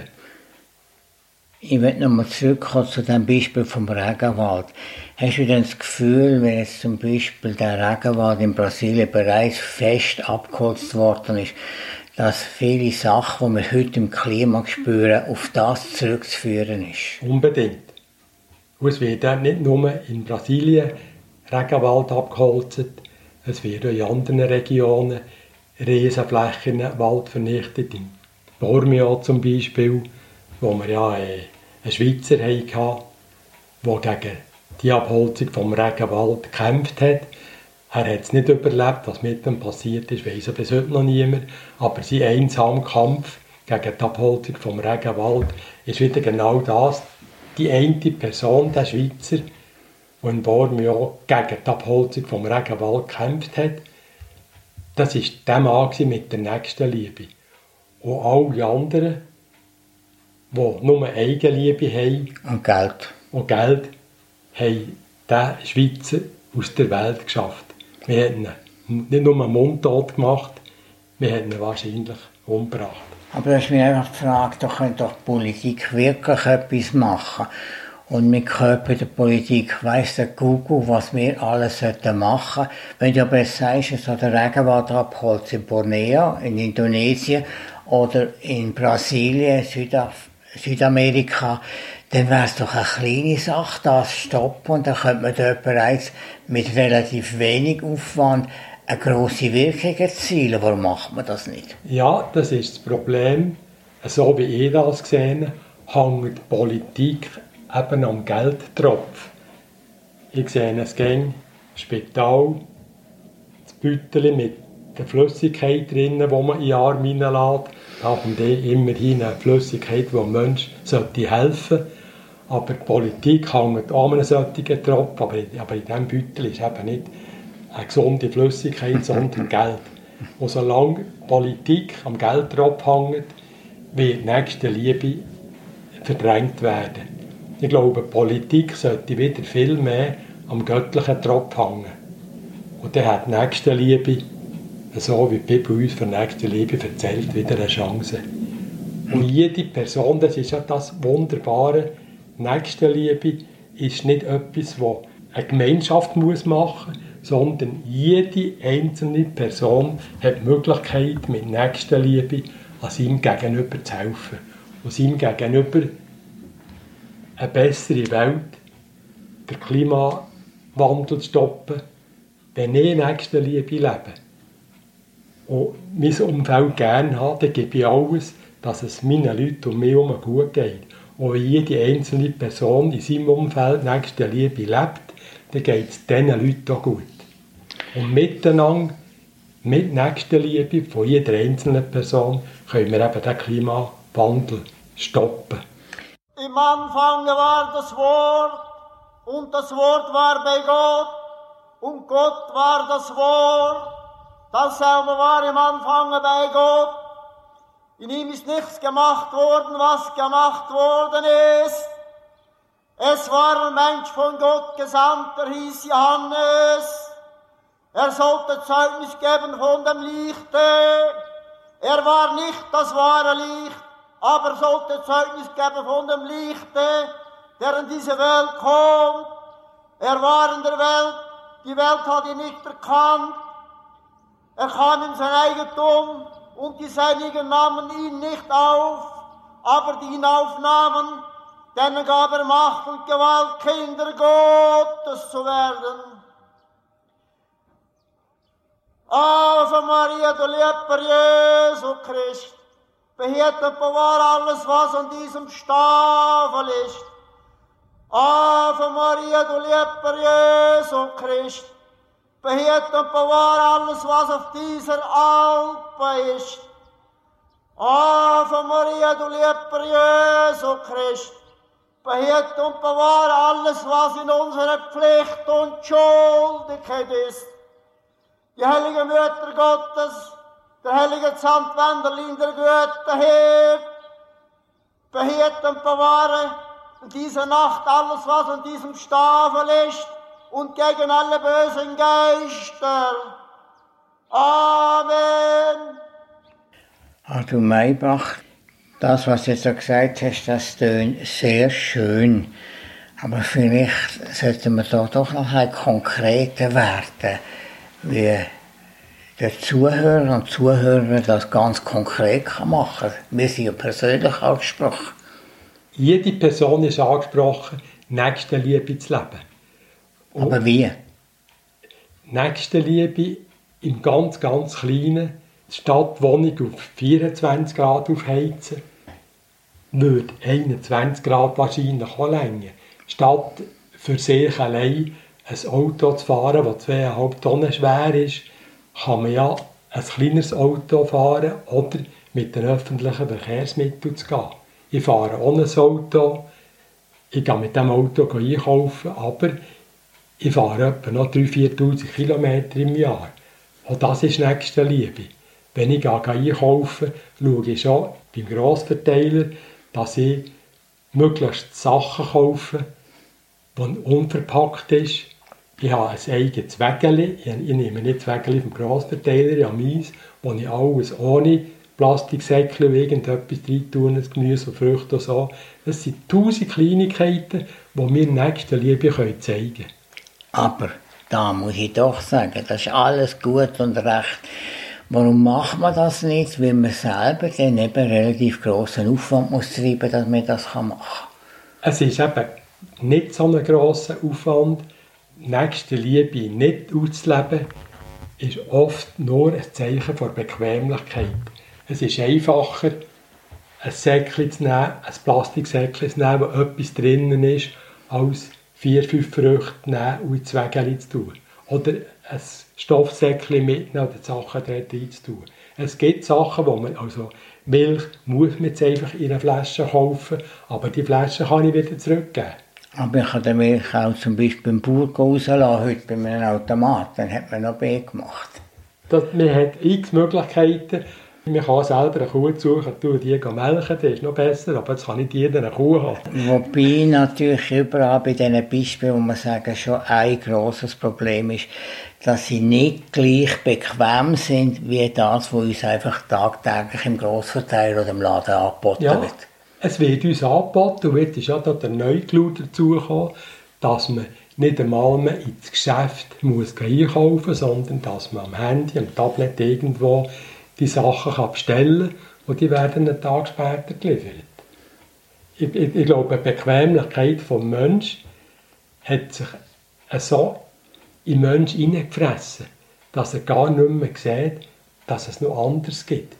Ich möchte nochmal zurückkommen zu dem Beispiel vom Regenwald. Hast du denn das Gefühl, wenn jetzt zum Beispiel der Regenwald in Brasilien bereits fest abgeholzt worden ist, dass viele Sachen, die wir heute im Klima spüren, auf das zurückzuführen ist? Unbedingt. Und es wird auch nicht nur in Brasilien Regenwald abgeholzt, es wird auch in anderen Regionen Riesenflächen Wald vernichtet, in Borneo zum Beispiel, wo wir ja einen Schweizer hatten, der gegen die Abholzung vom Regenwald gekämpft hat. Er hat es nicht überlebt, was mit ihm passiert ist, weiss er bis heute noch niemand. Aber sein einsamer Kampf gegen die Abholzung vom Regenwald ist wieder genau das. Die eine Person, der Schweizer, der in Borneo gegen die Abholzung vom Regenwald gekämpft hat, das war der Mann mit der Nächstenliebe. Und alle anderen, die nur Eigenliebe haben und Geld, und Geld haben den Schweizer aus der Welt geschafft. Wir haben ihn nicht nur mundtot gemacht, wir haben ihn wahrscheinlich umgebracht. Aber du hast mich einfach gefragt, da könnte doch die Politik wirklich etwas machen. Und mit Körper der Politik weiss der Google, was wir alles machen sollten. Wenn du aber jetzt sagst, so der Regenwald abholzt in Borneo, in Indonesien oder in Brasilien, Südaf- Südamerika, dann wäre es doch eine kleine Sache, das zu stoppen. Und dann könnte man dort bereits mit relativ wenig Aufwand eine grosse Wirkung erzielen. Warum macht man das nicht? Ja, das ist das Problem. So wie ich das gesehen habe, hängt die Politik eben am Geldtropf. Ich sehe es gäng, Spital, das Beutel mit der Flüssigkeit drin, die man in den Arm hineinlässt. Da kommt immerhin eine Flüssigkeit, die dem Menschen helfen sollte. Aber die Politik hängt an einem solchen Tropf, aber in, aber in diesem Beutel ist eben nicht eine gesunde Flüssigkeit, sondern Geld. Und solange die Politik am Geldtropf hängt, wird die Nächstenliebe verdrängt werden. Ich glaube, die Politik sollte wieder viel mehr am göttlichen Tropf hängen. Und dann hat die Nächstenliebe, so wie die Bibel uns von Nächstenliebe erzählt, wieder eine Chance. Und jede Person, das ist ja das Wunderbare, Nächstenliebe ist nicht etwas, das eine Gemeinschaft machen muss, sondern jede einzelne Person hat die Möglichkeit, mit Nächstenliebe an seinem Gegenüber zu helfen. Und seinem Gegenüber eine bessere Welt, der Klima Klimawandel zu stoppen, wenn ich Nächstenliebe lebe und mein Umfeld gerne habe, dann gebe ich alles, dass es meinen Leuten um mich herum gut geht. Und wenn jede einzelne Person in seinem Umfeld Nächstenliebe lebt, dann geht es diesen Leuten auch gut. Und miteinander, mit Nächstenliebe von jeder einzelnen Person, können wir eben den Klimawandel stoppen. Im Anfang war das Wort, und das Wort war bei Gott, und Gott war das Wort. Dasselbe war im Anfang bei Gott. In ihm ist nichts gemacht worden, was gemacht worden ist. Es war ein Mensch von Gott gesandt, der hieß Johannes. Er sollte Zeugnis geben von dem Lichte. Er war nicht das wahre Licht, aber sollte Zeugnis geben von dem Lichte, der in diese Welt kommt. Er war in der Welt, die Welt hat ihn nicht erkannt. Er kam in sein Eigentum und die Seinigen nahmen ihn nicht auf, aber die ihn aufnahmen, denen gab er Macht und Gewalt, Kinder Gottes zu werden. Ave Maria, du lieber Jesu Christ, behielt und bewahre alles, was an diesem Staffel ist. Ave Maria, du lieber Jesu Christ, behielt und bewahre alles, was auf dieser Alpe ist. Ave Maria, du lieber Jesu Christ, behielt und bewahre alles, was in unserer Pflicht und Schuldigkeit ist. Die heilige Mutter Gottes, der heilige Zandwenderlin, der Götter Herr, behielt und bewahre in dieser Nacht alles, was an diesem Staffel ist, und gegen alle bösen Geister. Amen. Arthur Maybach, das, was du jetzt so gesagt hast, das tönt sehr schön. Aber vielleicht sollten wir da doch noch ein konkreter werden, wie der Zuhörer und Zuhörer das ganz konkret machen kann. Wir sind ja persönlich angesprochen. Jede Person ist angesprochen, Nächstenliebe zu leben. Und Aber wie? Nächstenliebe im ganz, ganz Kleinen, statt die Wohnung auf vierundzwanzig Grad aufheizen, würde einundzwanzig Grad wahrscheinlich auch reichen. Statt für sich allein ein Auto zu fahren, das zweieinhalb Tonnen schwer ist, kann man ja ein kleineres Auto fahren oder mit den öffentlichen Verkehrsmitteln zu gehen. Ich fahre ohne ein Auto, ich gehe mit diesem Auto einkaufen, aber ich fahre etwa noch dreitausend, viertausend Kilometer im Jahr. Und das ist Nächstenliebe. Wenn ich einkaufe, schaue ich schon beim Grossverteiler, dass ich möglichst Sachen kaufe, die unverpackt ist. Ich habe ein eigenes Wägeli. Ich nehme nicht das Wägeli vom Grossverteiler, ich habe meins, wo ich alles ohne Plastiksäckchen und irgendetwas rein tue, das Gemüse und Früchte und so. Das sind tausend Kleinigkeiten, die mir Nächstenliebe zeigen können. Aber da muss ich doch sagen, das ist alles gut und recht. Warum macht man das nicht? Weil man selber dann eben relativ grossen Aufwand muss treiben, dass man das machen kann. Es ist eben nicht so ein grosser Aufwand. Nächstenliebe nicht auszuleben, ist oft nur ein Zeichen von Bequemlichkeit. Es ist einfacher, ein Säckchen zu nehmen, ein Plastiksäckchen zu nehmen, wo etwas drinnen ist, als vier, fünf Früchte zu nehmen und ins Wägeli zu tun. Oder ein Stoffsäckchen mitnehmen und die Sachen dort reinzutun. Es gibt Sachen, wo man, also Milch muss man jetzt einfach in einer Flasche kaufen, aber die Flasche kann ich wieder zurückgeben. Aber ich kann den Milch auch zum Beispiel beim Bauern rauslassen, heute bei einem Automat, dann hat man noch B gemacht. Das, man hat x Möglichkeiten. Man kann selber eine Kuh suchen, die melken, das ist noch besser, aber jetzt kann nicht jeder eine Kuh haben. Wobei natürlich überall bei diesen Beispielen, wo man sagen, schon ein grosses Problem ist, dass sie nicht gleich bequem sind, wie das, was uns einfach tagtäglich im Grossverteiler oder im Laden angeboten ja, wird. Es wird uns angeboten und jetzt ist ja da der Neuklau dazugekommen, dass man nicht einmal mehr ins Geschäft muss einkaufen muss, sondern dass man am Handy, am Tablet irgendwo die Sachen kann bestellen kann und die werden einen Tag später geliefert. Ich, ich, ich glaube, die Bequemlichkeit des Menschen hat sich so in den Menschen hineingefressen, dass er gar nicht mehr sieht, dass es noch anders gibt.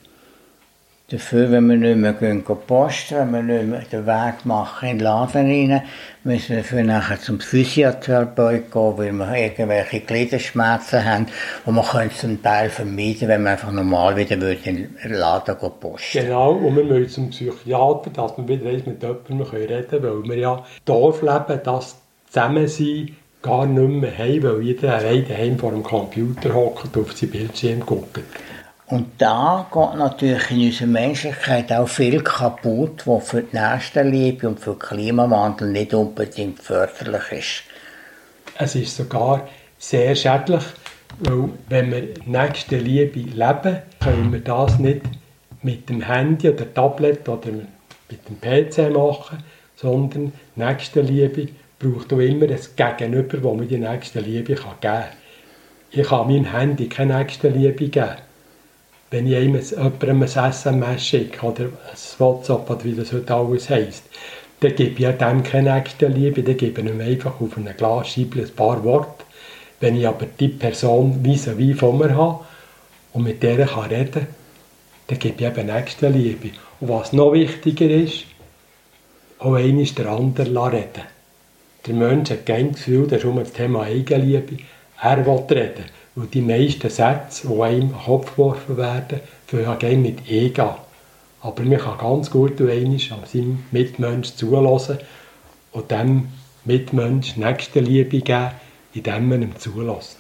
Dafür, wenn wir nicht mehr gehen, gehen posten, wenn wir nicht mehr den Weg machen in den Laden rein, müssen wir dafür nachher zum Physiotherapeut gehen, weil wir irgendwelche Gliederschmerzen haben, und man könnte zum Teil vermeiden, wenn man einfach normal wieder in den Laden gehen posten. Genau, und wir müssen zum Psychiater, dass wir wieder mit jemandem reden können, weil wir ja Dorfleben, das Zusammensein, gar nicht mehr haben, weil jeder allein daheim vor dem Computer hockt und auf seinen Bildschirm guckt. Und da geht natürlich in unserer Menschlichkeit auch viel kaputt, was für die Nächstenliebe und für den Klimawandel nicht unbedingt förderlich ist. Es ist sogar sehr schädlich, weil wenn wir Nächstenliebe leben, können wir das nicht mit dem Handy oder Tablet oder mit dem P C machen, sondern Nächstenliebe braucht auch immer ein Gegenüber, das mir die Nächstenliebe geben kann. Ich kann meinem Handy keine Nächstenliebe geben. Wenn ich jemandem ein S M S schicke oder ein WhatsApp oder wie das heute alles heisst, dann gebe ich dem keine Nächstenliebe, dann gebe ich ihm einfach auf eine Glasscheibe ein paar Worte. Wenn ich aber die Person vis-à-vis von mir habe und mit der kann reden, dann gebe ich eben Nächstenliebe. Und was noch wichtiger ist, auch einmal der andere reden. Der Mensch hat kein Gefühl, das ist um das Thema Eigenliebe. Er will reden. Und die meisten Sätze, die einem in den Kopf geworfen werden, fangen gerne mit «ich» an. Aber man kann ganz gut einmal seinem Mitmenschen zuhören und dem Mitmenschen Nächstenliebe geben, indem man ihm zulässt.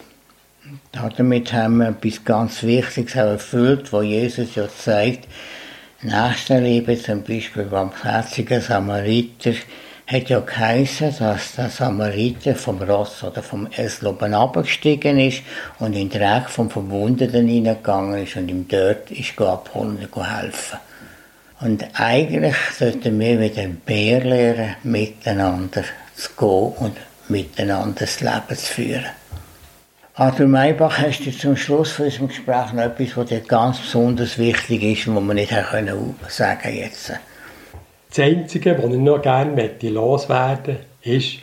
Damit haben wir etwas ganz Wichtiges auch erfüllt, wo Jesus ja zeigt, Nächstenliebe, zum Beispiel beim barmherzigen Samariter, hat ja geheissen, dass der Samariter vom Ross oder vom Esel oben abgestiegen ist und in den Dreck vom Verwundeten hineingegangen ist und ihm dort ist abholen und helfen. Und eigentlich sollten wir wieder mehr lernen, miteinander zu gehen und miteinander das Leben zu führen. Arthur Maybach, hast du zum Schluss von unserem Gespräch noch etwas, was dir ganz besonders wichtig ist und was wir nicht können sagen jetzt? Das Einzige, was ich noch gerne loswerden möchte, ist,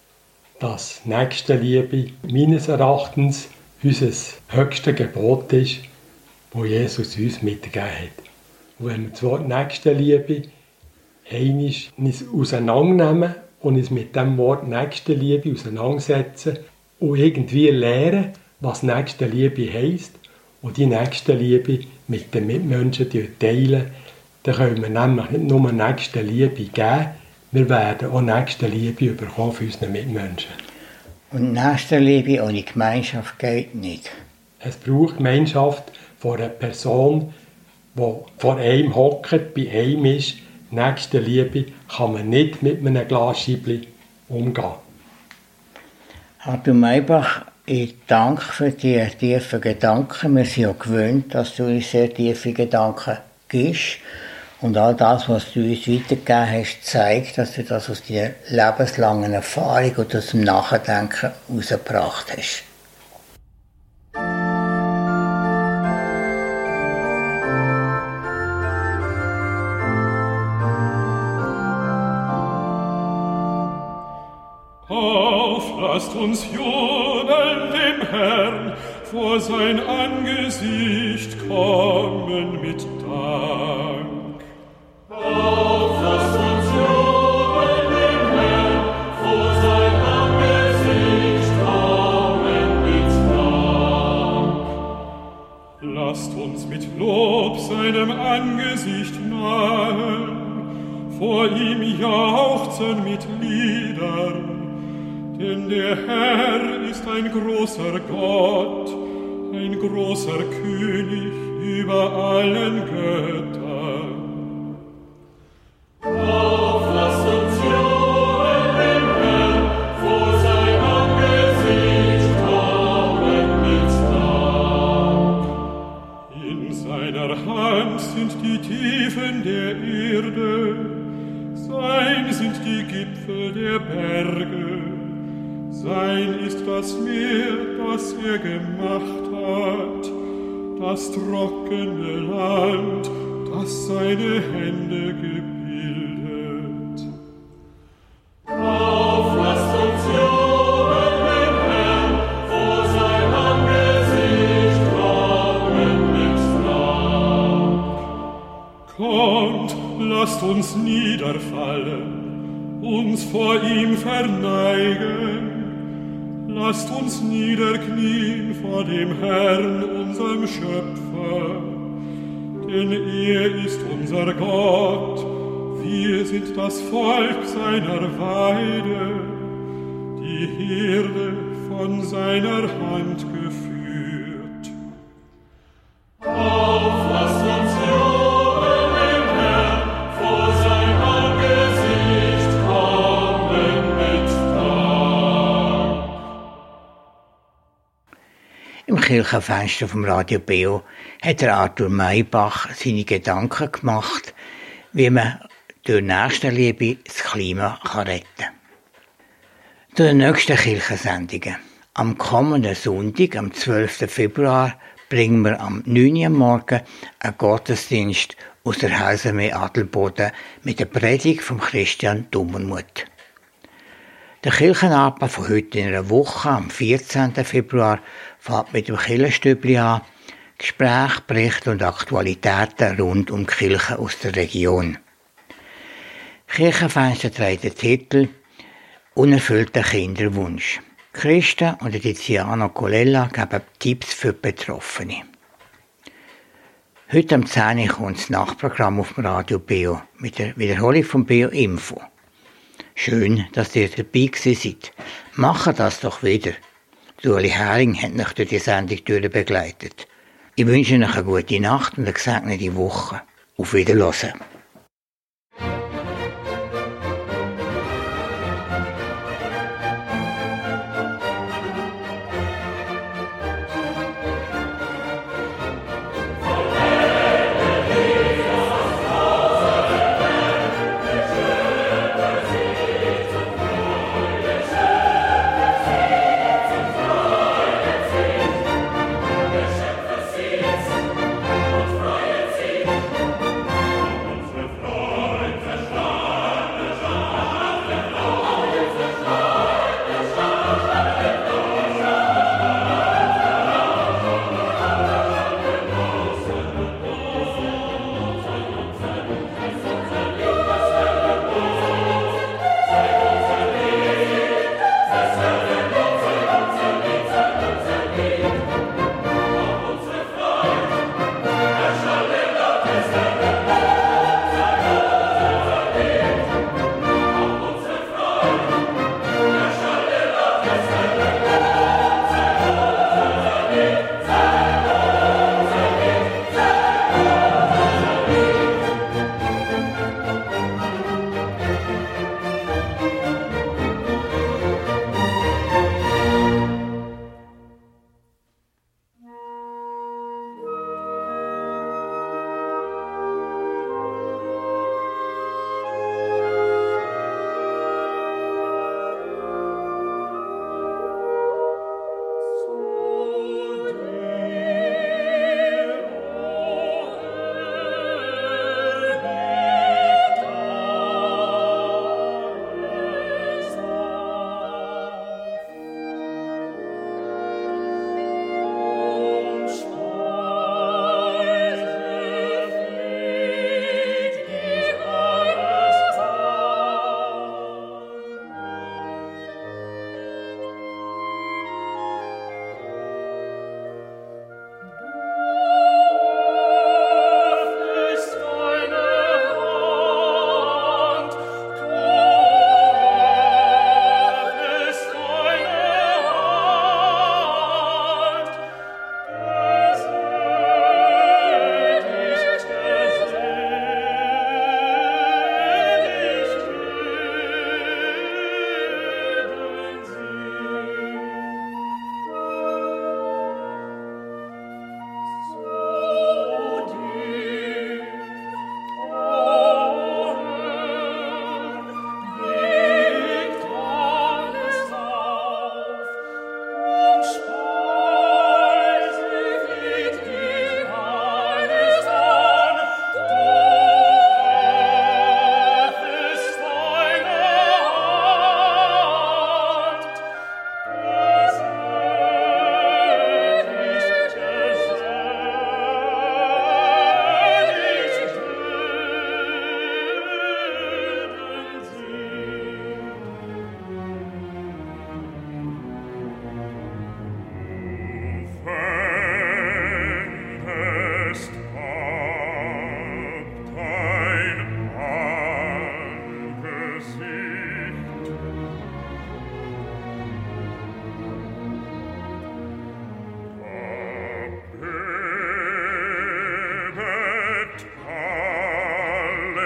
dass Nächstenliebe meines Erachtens unser höchstes Gebot ist, das Jesus uns mitgegeben hat. Und wenn wir das Wort Nächstenliebe einmal uns auseinandernehmen und uns mit dem Wort Nächstenliebe auseinandersetzen und irgendwie lernen, was Nächstenliebe heisst und die Nächstenliebe mit den Mitmenschen teilen, dann können wir nämlich nicht nur Nächstenliebe geben, wir werden auch Nächstenliebe bekommen für unsere Mitmenschen. Und Nächstenliebe ohne Gemeinschaft geht nicht. Es braucht Gemeinschaft von einer Person, die vor einem hockt, bei einem ist. Nächstenliebe kann man nicht mit einem Glasscheibchen umgehen. Arthur Maybach, ich danke für die tiefen Gedanken. Wir sind ja gewöhnt, dass du uns sehr tiefe Gedanken gibst. Und all das, was du uns weitergegeben hast, zeigt, dass du das aus deiner lebenslangen Erfahrung und aus dem Nachdenken herausgebracht hast. Auf, lasst uns jubeln dem Herrn, vor sein Angesicht kommen mit Dank. Auf, lasst uns jubeln dem Herrn, vor sein Angesicht kommen mit Dank. Lasst uns mit Lob seinem Angesicht nahen, vor ihm jauchzen mit Liedern. Denn der Herr ist ein großer Gott, ein großer König über allen Göttern. Auf, lasst uns jubeln dem Herrn, vor sein Angesicht kommen mit Dank. In seiner Hand sind die Tiefen der Erde, sein sind die Gipfel der Berge. Sein ist das Meer, das er gemacht hat, das trockene Land, das seine Hände gebildet. Auf, lasst uns jubeln dem allen uns vor ihm verneigen. Lasst uns niederknien vor dem Herrn, unserem Schöpfer, denn er ist unser Gott, wir sind das Volk seiner Weide, die Herde von seiner Hand geführt. Auf, lasst uns jubeln dem Herrn, vor sein Angesicht kommen mit Dank. Im Kirchenfenster vom Radio Beo hat der Arthur Maybach seine Gedanken gemacht, wie man durch Nächstenliebe das Klima retten kann. Durch die nächsten Kirchensendungen. Am kommenden Sonntag, am zwölften Februar, bringen wir am neun Uhr morgen einen Gottesdienst aus der Hausermee Adelboden mit der Predigt von Christian Dummermuth. Der Kirchenabend von heute in einer Woche, am vierzehnten Februar, fängt mit dem Kirchenstübli an, Gespräche, Berichte und Aktualitäten rund um die Kirchen aus der Region. Kirchenfenster trägt den Titel «Unerfüllter Kinderwunsch». Christa und Tiziano Colella geben Tipps für Betroffene. Heute am zehn Uhr kommt das Nachtprogramm auf dem Radio Beo mit der Wiederholung von Beo Info. Schön, dass ihr dabei seid. Macht das doch wieder. Ueli Hering hat euch durch die Sendung begleitet. Ich wünsche euch eine gute Nacht und eine gesegnete Woche. Auf Wiederhören.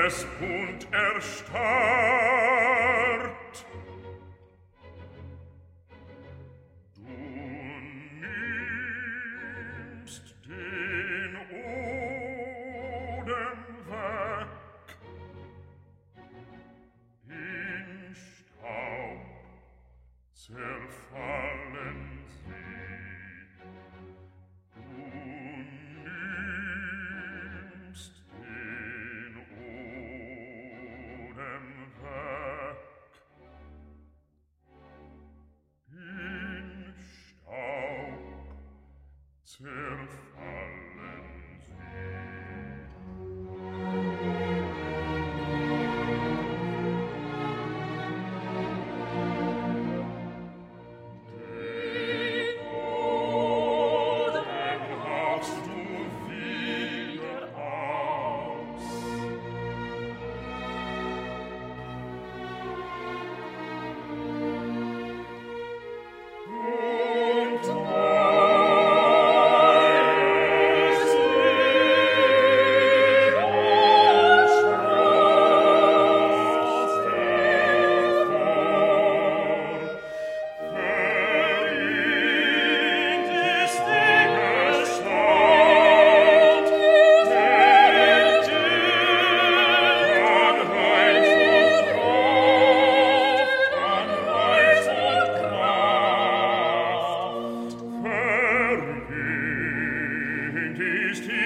des Bund erstarrt. Du nimmst den Odem weg, in Staub zerfallen sie. Du nimmst den Odem weg, in Staub zerfallen sie. Den Odem hauchst du wieder aus. Und neues Leben sproßt hervor. Verrinnt ist die Gestalt, hält an Reiz und Kraft, an Reiz und Kraft. Verrinnt ist die